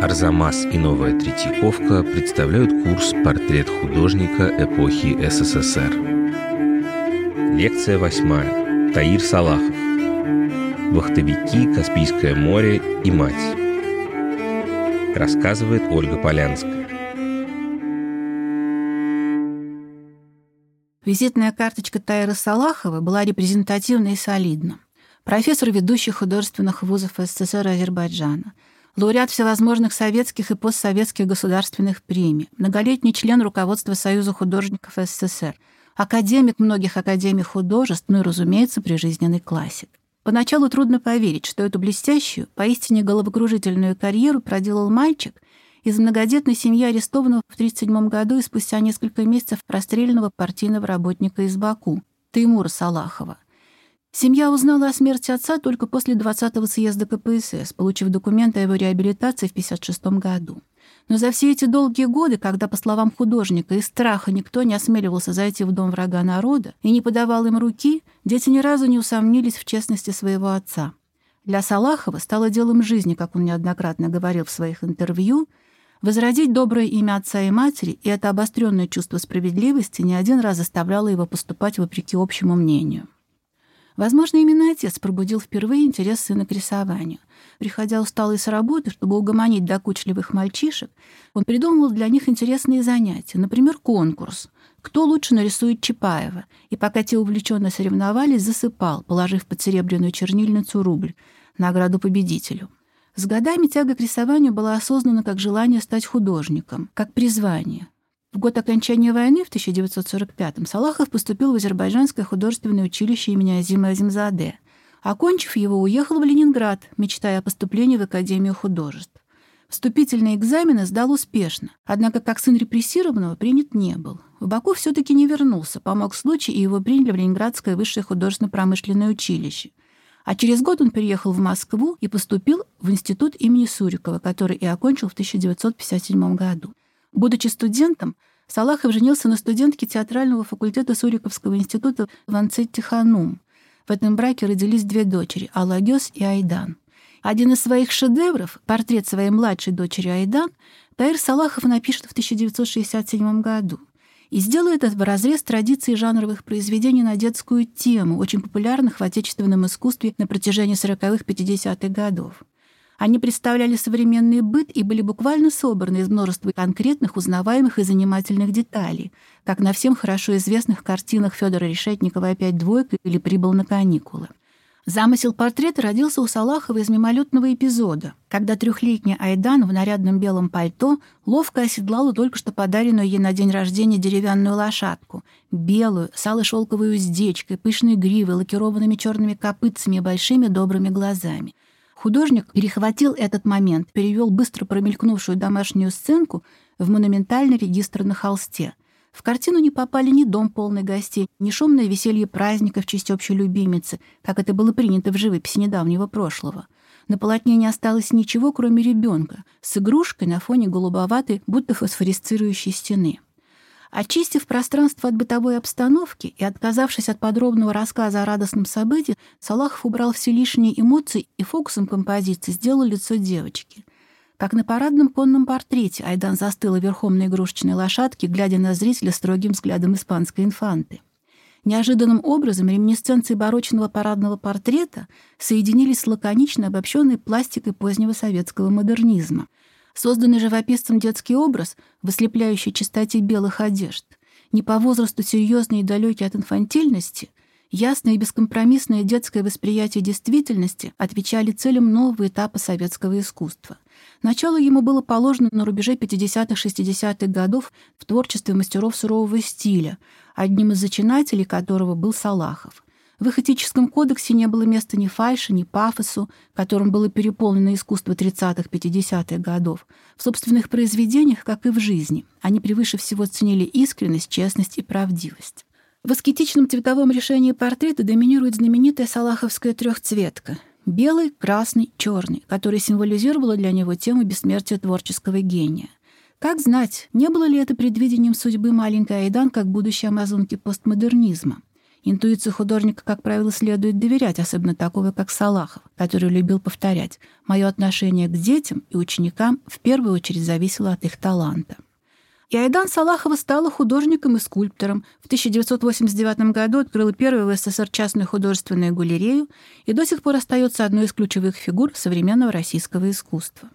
Арзамас и Новая Третьяковка представляют курс «Портрет художника эпохи СССР». Лекция 8. Таир Салахов. «Вахтовики, Каспийское море и мать». Рассказывает Ольга Полянская. Визитная карточка Таира Салахова была репрезентативна и солидна. Профессор ведущих художественных вузов СССР и Азербайджана, лауреат всевозможных советских и постсоветских государственных премий, многолетний член руководства Союза художников СССР, академик многих академий художеств, ну и, разумеется, прижизненный классик. Поначалу трудно поверить, что эту блестящую, поистине головокружительную карьеру проделал мальчик из многодетной семьи арестованного в 1937 году и спустя несколько месяцев расстрелянного партийного работника из Баку, Теймура Салахова. Семья узнала о смерти отца только после 20-го съезда КПСС, получив документы о его реабилитации в 1956 году. Но за все эти долгие годы, когда, по словам художника, из страха никто не осмеливался зайти в дом врага народа и не подавал им руки, дети ни разу не усомнились в честности своего отца. Для Салахова стало делом жизни, как он неоднократно говорил в своих интервью, возродить доброе имя отца и матери, и это обостренное чувство справедливости не один раз заставляло его поступать вопреки общему мнению. Возможно, именно отец пробудил впервые интерес сына к рисованию. Приходя усталый с работы, чтобы угомонить докучливых мальчишек, он придумывал для них интересные занятия, например, конкурс «Кто лучше нарисует Чапаева?», и пока те увлеченно соревновались, засыпал, положив под серебряную чернильницу рубль, награду победителю. С годами тяга к рисованию была осознана как желание стать художником, как призвание. В год окончания войны, в 1945-м, Салахов поступил в Азербайджанское художественное училище имени Азима Азимзаде. Окончив его, уехал в Ленинград, мечтая о поступлении в Академию художеств. Вступительные экзамены сдал успешно, однако как сын репрессированного принят не был. В Баку все-таки не вернулся, помог случай, и его приняли в Ленинградское высшее художественно-промышленное училище. А через год он переехал в Москву и поступил в институт имени Сурикова, который и окончил в 1957 году. Будучи студентом, Салахов женился на студентке театрального факультета Суриковского института Ванцетти Ханум. В этом браке родились две дочери – Алагёз и Айдан. Один из своих шедевров, портрет своей младшей дочери Айдан, Таир Салахов напишет в 1967 году и сделает это вразрез традиции жанровых произведений на детскую тему, очень популярных в отечественном искусстве на протяжении 40-х-50-х годов. Они представляли современный быт и были буквально собраны из множества конкретных, узнаваемых и занимательных деталей, как на всем хорошо известных картинах Федора Решетникова «Опять двойка» или «Прибыл на каникулы». Замысел портрета родился у Салахова из мимолетного эпизода, когда трехлетняя Айдан в нарядном белом пальто ловко оседлала только что подаренную ей на день рождения деревянную лошадку, белую, с алой шелковой уздечкой, пышной гривой, лакированными черными копытцами и большими добрыми глазами. Художник перехватил этот момент, перевел быстро промелькнувшую домашнюю сценку в монументальный регистр на холсте. В картину не попали ни дом полный гостей, ни шумное веселье праздника в честь общей любимицы, как это было принято в живописи недавнего прошлого. На полотне не осталось ничего, кроме ребенка, с игрушкой на фоне голубоватой, будто фосфорисцирующей стены. Очистив пространство от бытовой обстановки и отказавшись от подробного рассказа о радостном событии, Салахов убрал все лишние эмоции и фокусом композиции сделал лицо девочки. Как на парадном конном портрете, Айдан застыла верхом на игрушечной лошадке, глядя на зрителя строгим взглядом испанской инфанты. Неожиданным образом реминисценции барочного парадного портрета соединились с лаконично обобщенной пластикой позднего советского модернизма. Созданный живописцем детский образ в ослепляющей чистоте белых одежд, не по возрасту серьезный и далекий от инфантильности, ясное и бескомпромиссное детское восприятие действительности отвечали целям нового этапа советского искусства. Начало ему было положено на рубеже 50-х-60-х годов в творчестве мастеров сурового стиля, одним из зачинателей которого был Салахов. В их этическом кодексе не было места ни фальши, ни пафосу, которым было переполнено искусство 30-х-50-х годов. В собственных произведениях, как и в жизни, они превыше всего ценили искренность, честность и правдивость. В аскетичном цветовом решении портрета доминирует знаменитая салаховская трехцветка — белый, красный, черный, которая символизировала для него тему бессмертия творческого гения. Как знать, не было ли это предвидением судьбы маленькой Айдан как будущей амазонки постмодернизма? Интуиции художника, как правило, следует доверять, особенно такого, как Салахов, который любил повторять: «Мое отношение к детям и ученикам в первую очередь зависело от их таланта». И Айдан Салахова стала художником и скульптором. В 1989 году открыла первую в СССР частную художественную галерею и до сих пор остается одной из ключевых фигур современного российского искусства.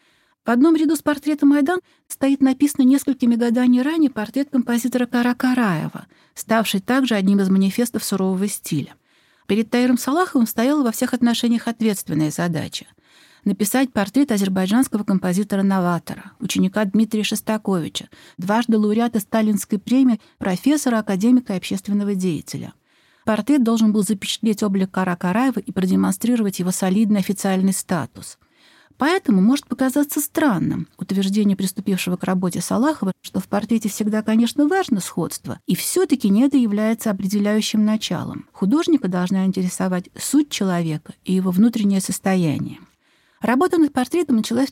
В одном ряду с портретом Айдан стоит написанный несколькими годами ранее портрет композитора Кара Караева, ставший также одним из манифестов сурового стиля. Перед Таиром Салаховым стояла во всех отношениях ответственная задача — написать портрет азербайджанского композитора-новатора, ученика Дмитрия Шостаковича, дважды лауреата Сталинской премии, профессора, академика и общественного деятеля. Портрет должен был запечатлеть облик Кара Караева и продемонстрировать его солидный официальный статус. Поэтому может показаться странным утверждение приступившего к работе Салахова, что в портрете всегда, конечно, важно сходство, и все-таки не это является определяющим началом. Художника должна интересовать суть человека и его внутреннее состояние. Работа над портретом началась в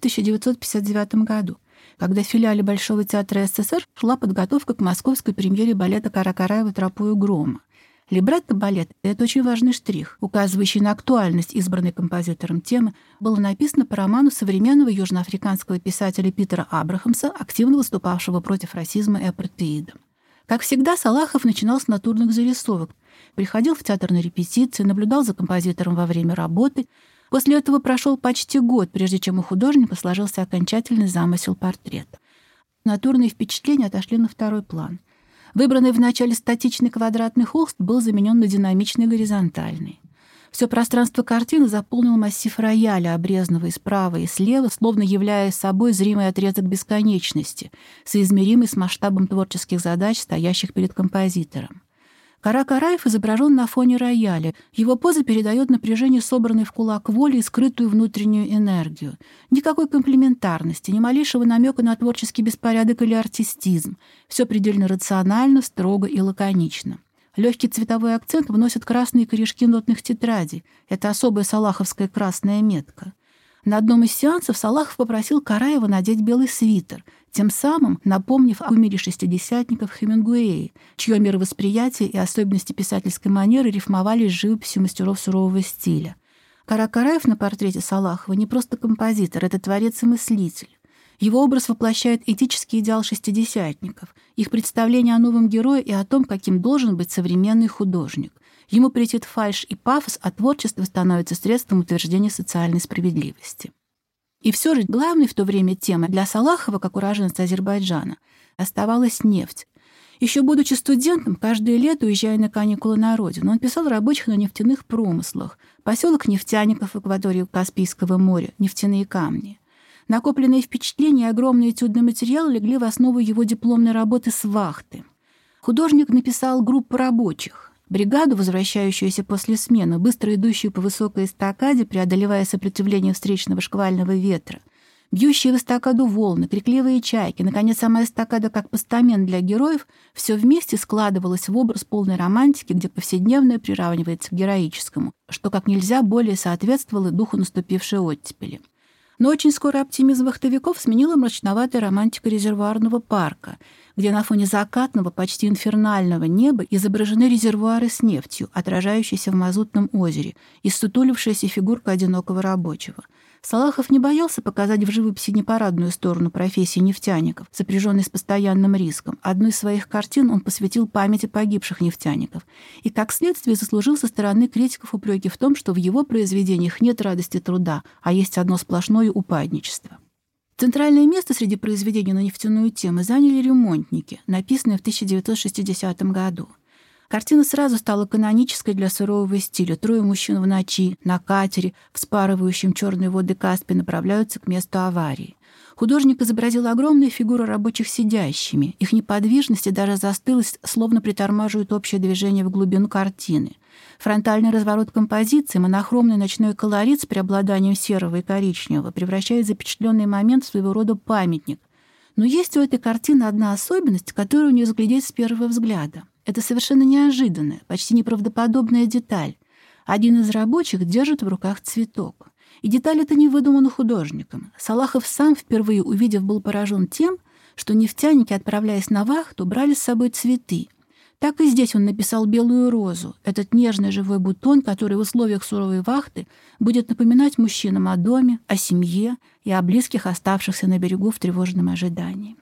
1959 году, когда в филиале Большого театра СССР шла подготовка к московской премьере балета Кара Караева «Тропою грома». Либретто балета — это очень важный штрих, указывающий на актуальность избранной композитором темы, было написано по роману современного южноафриканского писателя Питера Абрахамса, активно выступавшего против расизма и апартеида. Как всегда, Салахов начинал с натурных зарисовок, приходил в театр на репетиции, наблюдал за композитором во время работы. После этого прошел почти год, прежде чем у художника сложился окончательный замысел портрета. Натурные впечатления отошли на второй план. Выбранный в начале статичный квадратный холст был заменен на динамичный горизонтальный. Все пространство картины заполнил массив рояля, обрезанного и справа, и слева, словно являя собой зримый отрезок бесконечности, соизмеримый с масштабом творческих задач, стоящих перед композитором. Кара Караев изображен на фоне рояля. Его поза передает напряжение, собранной в кулак воли и скрытую внутреннюю энергию. Никакой комплементарности, ни малейшего намека на творческий беспорядок или артистизм. Все предельно рационально, строго и лаконично. Легкий цветовой акцент вносят красные корешки нотных тетрадей. Это особая салаховская красная метка. На одном из сеансов Салахов попросил Караева надеть белый свитер, тем самым напомнив о кумире шестидесятников Хемингуэе, чье мировосприятие и особенности писательской манеры рифмовались с живописью мастеров сурового стиля. Кара Караев на портрете Салахова не просто композитор, это творец и мыслитель. Его образ воплощает этический идеал шестидесятников, их представление о новом герое и о том, каким должен быть современный художник. Ему претит фальшь и пафос, а творчество становится средством утверждения социальной справедливости. И все же главной в то время темой для Салахова, как уроженца Азербайджана, оставалась нефть. Еще будучи студентом, каждое лето, уезжая на каникулы на родину, он писал рабочих на нефтяных промыслах, поселок нефтяников в акватории Каспийского моря, нефтяные камни. Накопленные впечатления и огромный этюдный материал легли в основу его дипломной работы с вахты. Художник написал группу рабочих, бригаду, возвращающуюся после смены, быстро идущую по высокой эстакаде, преодолевая сопротивление встречного шквального ветра, бьющие в эстакаду волны, крикливые чайки, наконец, сама эстакада как постамент для героев, все вместе складывалось в образ полной романтики, где повседневное приравнивается к героическому, что как нельзя более соответствовало духу наступившей оттепели. Но очень скоро оптимизм вахтовиков сменила мрачноватая романтика резервуарного парка, где на фоне закатного, почти инфернального неба изображены резервуары с нефтью, отражающиеся в мазутном озере, и ссутулившаяся фигурка одинокого рабочего. Салахов не боялся показать в живописи непарадную сторону профессии нефтяников, сопряженной с постоянным риском. Одну из своих картин он посвятил памяти погибших нефтяников и, как следствие, заслужил со стороны критиков упреки в том, что в его произведениях нет радости труда, а есть одно сплошное упадничество. Центральное место среди произведений на нефтяную тему заняли «Ремонтники», написанные в 1960 году. Картина сразу стала канонической для сурового стиля. Трое мужчин в ночи, на катере, вспарывающем черные воды Каспия, направляются к месту аварии. Художник изобразил огромные фигуры рабочих сидящими. Их неподвижность и даже застылость словно притормаживают общее движение в глубину картины. Фронтальный разворот композиции, монохромный ночной колорит с преобладанием серого и коричневого превращает запечатленный момент в своего рода памятник. Но есть у этой картины одна особенность, которую не разглядеть с первого взгляда. Это совершенно неожиданная, почти неправдоподобная деталь. Один из рабочих держит в руках цветок. И деталь эта не выдумана художником. Салахов сам, впервые увидев, был поражен тем, что нефтяники, отправляясь на вахту, брали с собой цветы. Так и здесь он написал белую розу, этот нежный живой бутон, который в условиях суровой вахты будет напоминать мужчинам о доме, о семье и о близких, оставшихся на берегу в тревожном ожидании.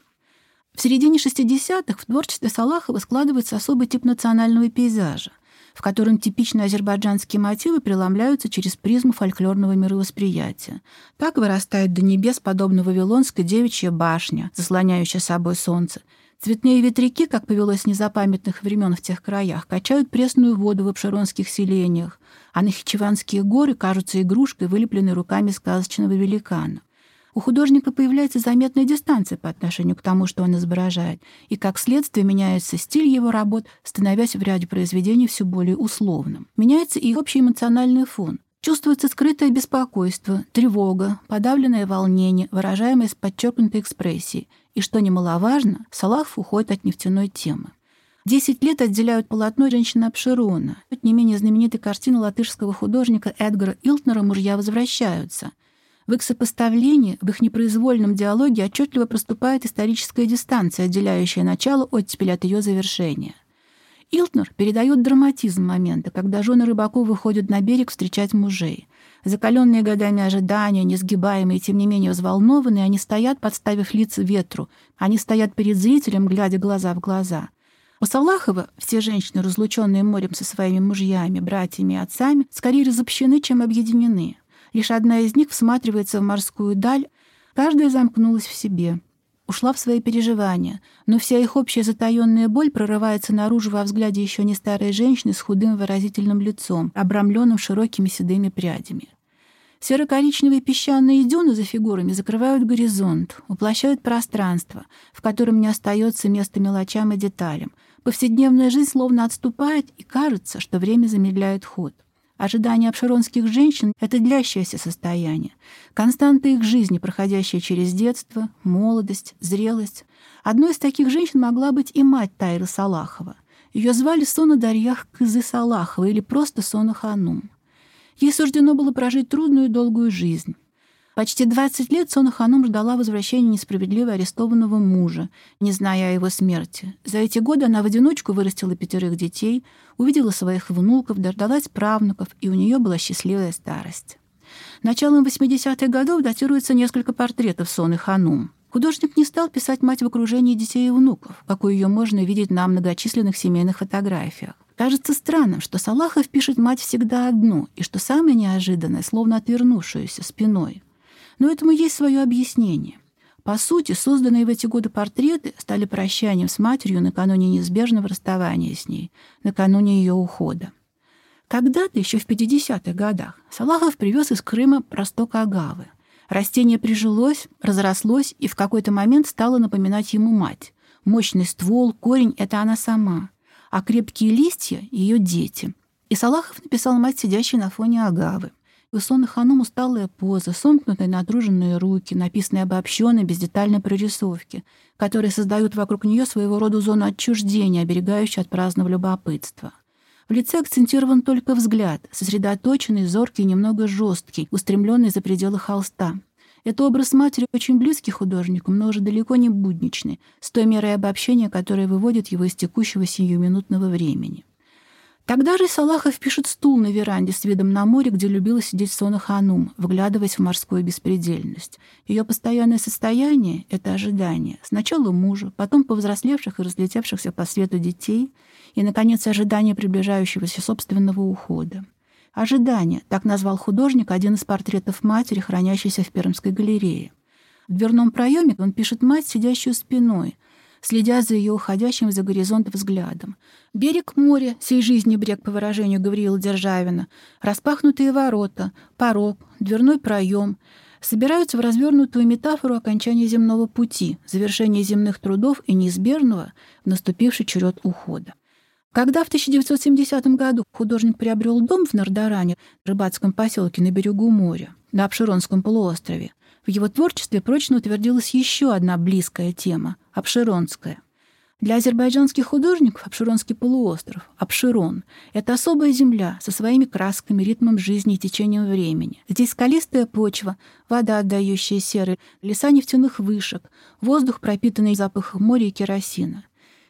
В середине 60-х в творчестве Салахова складывается особый тип национального пейзажа, в котором типичные азербайджанские мотивы преломляются через призму фольклорного мировосприятия. Так вырастает до небес, подобно вавилонской девичья башня, заслоняющая собой солнце. Цветные ветряки, как повелось с незапамятных времен в тех краях, качают пресную воду в обширонских селениях, а нахичеванские горы кажутся игрушкой, вылепленной руками сказочного великана. У художника появляется заметная дистанция по отношению к тому, что он изображает, и, как следствие, меняется стиль его работ, становясь в ряде произведений все более условным. Меняется и общий эмоциональный фон. Чувствуется скрытое беспокойство, тревога, подавленное волнение, выражаемое с подчеркнутой экспрессией. И, что немаловажно, Салахов уходит от нефтяной темы. 10 лет отделяют полотно «Женщина Апшерона». Не менее знаменитой картины латышского художника Эдгара Илтнера «Мужья возвращаются». В их сопоставлении, в их непроизвольном диалоге отчетливо проступает историческая дистанция, отделяющая начало оттепели от ее завершения. Илтнер передает драматизм момента, когда жены рыбаков выходят на берег встречать мужей. Закаленные годами ожидания, несгибаемые и тем не менее взволнованные, они стоят, подставив лица ветру. Они стоят перед зрителем, глядя глаза в глаза. У Салахова все женщины, разлученные морем со своими мужьями, братьями и отцами, скорее разобщены, чем объединены. Лишь одна из них всматривается в морскую даль, каждая замкнулась в себе, ушла в свои переживания, но вся их общая затаённая боль прорывается наружу во взгляде еще не старой женщины с худым выразительным лицом, обрамленным широкими седыми прядями. Серо-коричневые песчаные дюны за фигурами закрывают горизонт, уплощают пространство, в котором не остается места мелочам и деталям. Повседневная жизнь словно отступает, и кажется, что время замедляет ход. Ожидание апшеронских женщин — это длящееся состояние, константа их жизни, проходящая через детство, молодость, зрелость. Одной из таких женщин могла быть и мать Тайры Салахова. Ее звали Сона Дарьях Кызы Салахова или просто Сона Ханум. Ей суждено было прожить трудную и долгую жизнь. Почти 20 лет Сона Ханум ждала возвращения несправедливо арестованного мужа, не зная о его смерти. За эти годы она в одиночку вырастила 5 детей, увидела своих внуков, дождалась правнуков, и у нее была счастливая старость. Началом 80-х годов датируется несколько портретов Соны Ханум. Художник не стал писать мать в окружении детей и внуков, какую ее можно видеть на многочисленных семейных фотографиях. Кажется странным, что Салахов пишет мать всегда одну, и что самое неожиданное, словно отвернувшуюся спиной. Но этому есть свое объяснение. По сути, созданные в эти годы портреты стали прощанием с матерью накануне неизбежного расставания с ней, накануне ее ухода. Когда-то, еще в 50-х годах, Салахов привез из Крыма просток агавы. Растение прижилось, разрослось и в какой-то момент стало напоминать ему мать. Мощный ствол, корень — это она сама, а крепкие листья — ее дети. И Салахов написал мать, сидящей на фоне агавы. У Соны Ханум усталая поза, сомкнутые натруженные руки, написанные обобщенно, без детальной прорисовки, которые создают вокруг нее своего рода зону отчуждения, оберегающую от праздного любопытства. В лице акцентирован только взгляд, сосредоточенный, зоркий, немного жесткий, устремленный за пределы холста. Это образ матери очень близкий художнику, но уже далеко не будничный, с той мерой обобщения, которая выводит его из текущего сиюминутного времени. Тогда же Салахов пишет стул на веранде с видом на море, где любила сидеть Сона Ханум, вглядываясь в морскую беспредельность. Ее постоянное состояние — это ожидание. Сначала мужа, потом повзрослевших и разлетевшихся по свету детей, и, наконец, ожидание приближающегося собственного ухода. «Ожидание» — так назвал художник один из портретов матери, хранящийся в Пермской галерее. В дверном проеме он пишет мать, сидящую спиной, следя за ее уходящим за горизонт взглядом. Берег моря, сей жизни брег, по выражению Гавриила Державина, распахнутые ворота, порог, дверной проем собираются в развернутую метафору окончания земного пути, завершения земных трудов и неизбежного в наступивший черед ухода. Когда в 1970 году художник приобрел дом в Нардаране, рыбацком поселке на берегу моря, на Апшеронском полуострове, в его творчестве прочно утвердилась еще одна близкая тема — апшеронская. Для азербайджанских художников Апшеронский полуостров, Апшерон — это особая земля со своими красками, ритмом жизни и течением времени. Здесь скалистая почва, вода, отдающая серой, леса нефтяных вышек, воздух, пропитанный запахом моря и керосина.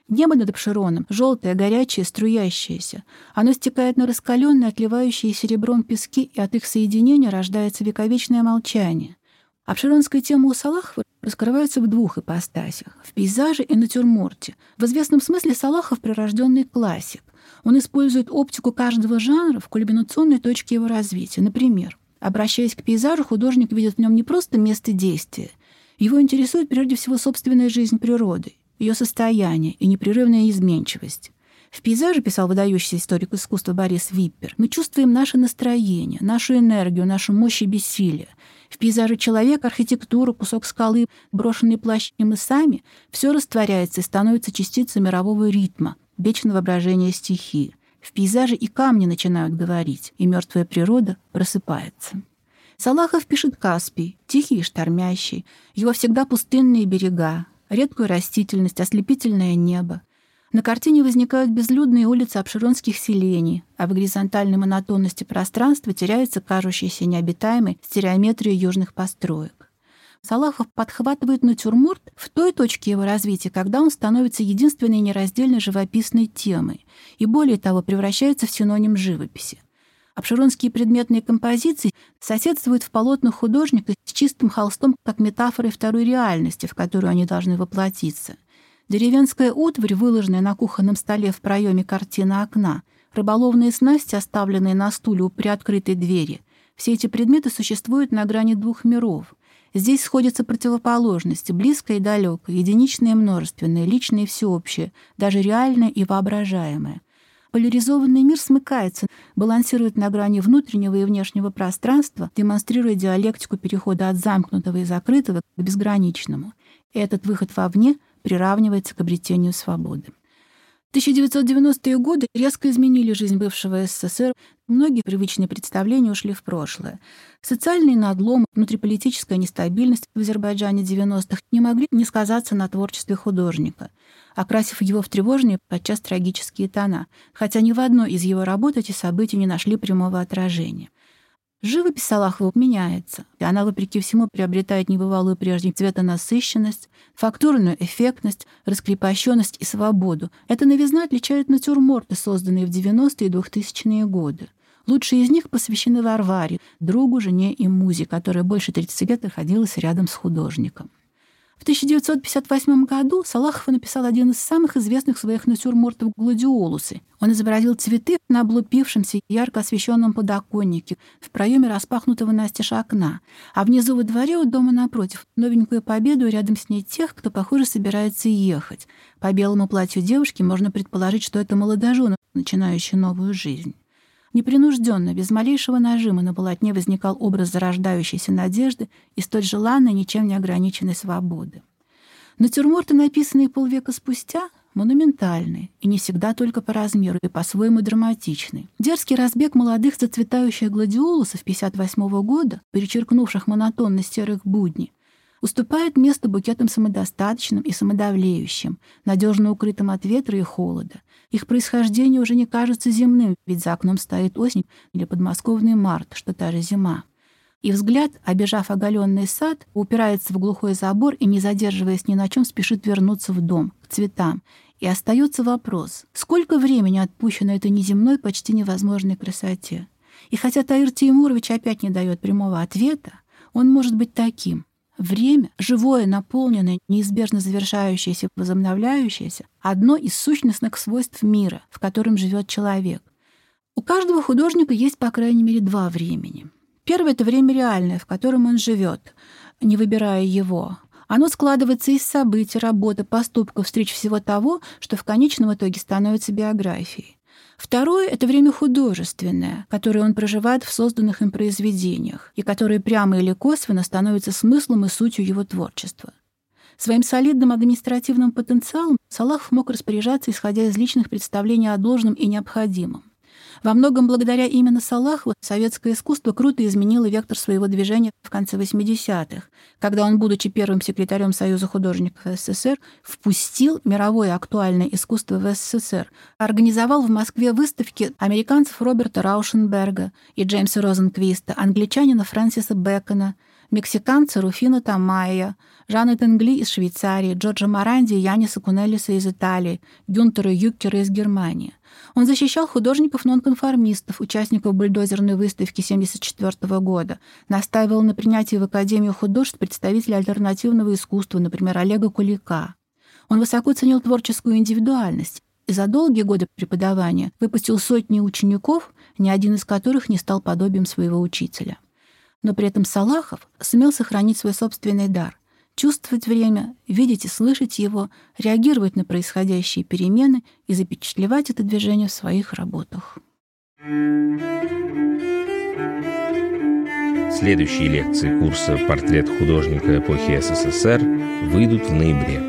Небо над Апшероном желтое, горячее, струящееся. Оно стекает на раскаленные, отливающие серебром пески, и от их соединения рождается вековечное молчание. Апшеронская тема у Салахова раскрывается в двух ипостасях — в пейзаже и натюрморте. В известном смысле Салахов — прирожденный классик. Он использует оптику каждого жанра в кульминационной точке его развития. Например, обращаясь к пейзажу, художник видит в нем не просто место действия. Его интересует прежде всего собственная жизнь природы, ее состояние и непрерывная изменчивость. В пейзаже, писал выдающийся историк искусства Борис Виппер, мы чувствуем наше настроение, нашу энергию, нашу мощь и бессилие. В пейзаже человек, архитектура, кусок скалы, брошенный плащ и мы сами — все растворяется и становится частицей мирового ритма, вечного брожения стихии. В пейзаже и камни начинают говорить, и мертвая природа просыпается. Салахов пишет Каспий, тихий и штормящий, его всегда пустынные берега, редкую растительность, ослепительное небо. На картине возникают безлюдные улицы обширонских селений, а в горизонтальной монотонности пространства теряется кажущаяся необитаемой стереометрия южных построек. Салахов подхватывает натюрморт в той точке его развития, когда он становится единственной нераздельной живописной темой и, более того, превращается в синоним живописи. Обширонские предметные композиции соседствуют в полотнах художника с чистым холстом как метафорой второй реальности, в которую они должны воплотиться. Деревенская утварь, выложенная на кухонном столе в проеме картины окна, рыболовные снасти, оставленные на стуле у приоткрытой двери — все эти предметы существуют на грани двух миров. Здесь сходятся противоположности, близкое и далекое, единичное и множественное, личное и всеобщее, даже реальное и воображаемое. Поляризованный мир смыкается, балансирует на грани внутреннего и внешнего пространства, демонстрируя диалектику перехода от замкнутого и закрытого к безграничному. И этот выход вовне приравнивается к обретению свободы. 1990-е годы резко изменили жизнь бывшего СССР. Многие привычные представления ушли в прошлое. Социальный надлом, внутриполитическая нестабильность в Азербайджане 90-х не могли не сказаться на творчестве художника, окрасив его в тревожные, подчас трагические тона, хотя ни в одной из его работ эти события не нашли прямого отражения. Живопись Салахова меняется, и она, вопреки всему, приобретает небывалую прежде цветонасыщенность, фактурную эффектность, раскрепощенность и свободу. Эта новизна отличает натюрморты, созданные в 90-е и 2000-е годы. Лучшие из них посвящены Варваре, другу, жене и музе, которая больше 30 лет находилась рядом с художником. В 1958 году Салахов написал один из самых известных своих натюрмортов «Гладиолусы». Он изобразил цветы на облупившемся, ярко освещенном подоконнике в проеме распахнутого настежь окна, а внизу во дворе у дома напротив новенькую Победу, рядом с ней тех, кто, похоже, собирается ехать. По белому платью девушки можно предположить, что это молодожены, начинающие новую жизнь. Непринужденно, без малейшего нажима на полотне возникал образ зарождающейся надежды и столь желанной, ничем не ограниченной свободы. Натюрморты, написанные полвека спустя, монументальные и не всегда только по размеру и по-своему драматичные. Дерзкий разбег молодых зацветающих гладиолусов 1958 года, перечеркнувших монотонность серых будней, уступает место букетам самодостаточным и самодавлеющим, надежно укрытым от ветра и холода. Их происхождение уже не кажется земным, ведь за окном стоит осень или подмосковный март, что та же зима. И взгляд, обежав оголенный сад, упирается в глухой забор и, не задерживаясь ни на чем, спешит вернуться в дом, к цветам. И остается вопрос, сколько времени отпущено этой неземной, почти невозможной красоте? И хотя Таир Теймурович опять не дает прямого ответа, он может быть таким. Время, живое, наполненное, неизбежно завершающееся, возобновляющееся, одно из сущностных свойств мира, в котором живет человек. У каждого художника есть, по крайней мере, два времени. Первое — это время реальное, в котором он живет, не выбирая его. Оно складывается из событий, работы, поступков, встреч всего того, что в конечном итоге становится биографией. Второе — это время художественное, которое он проживает в созданных им произведениях и которое прямо или косвенно становится смыслом и сутью его творчества. Своим солидным административным потенциалом Салахов мог распоряжаться, исходя из личных представлений о должном и необходимом. Во многом благодаря именно Салахову советское искусство круто изменило вектор своего движения в конце 80-х, когда он, будучи первым секретарем Союза художников СССР, впустил мировое актуальное искусство в СССР, организовал в Москве выставки американцев Роберта Раушенберга и Джеймса Розенквиста, англичанина Фрэнсиса Бэкона, Мексиканцы Руфино Тамайя, Жанна Тенгли из Швейцарии, Джорджо Моранди и Яниса Кунеллиса из Италии, Гюнтера Юккера из Германии. Он защищал художников-нонконформистов, участников бульдозерной выставки 1974 года, настаивал на принятии в Академию художеств представителей альтернативного искусства, например, Олега Кулика. Он высоко ценил творческую индивидуальность и за долгие годы преподавания выпустил сотни учеников, ни один из которых не стал подобием своего учителя. Но при этом Салахов сумел сохранить свой собственный дар, чувствовать время, видеть и слышать его, реагировать на происходящие перемены и запечатлевать это движение в своих работах. Следующие лекции курса «Портрет художника эпохи СССР» выйдут в ноябре.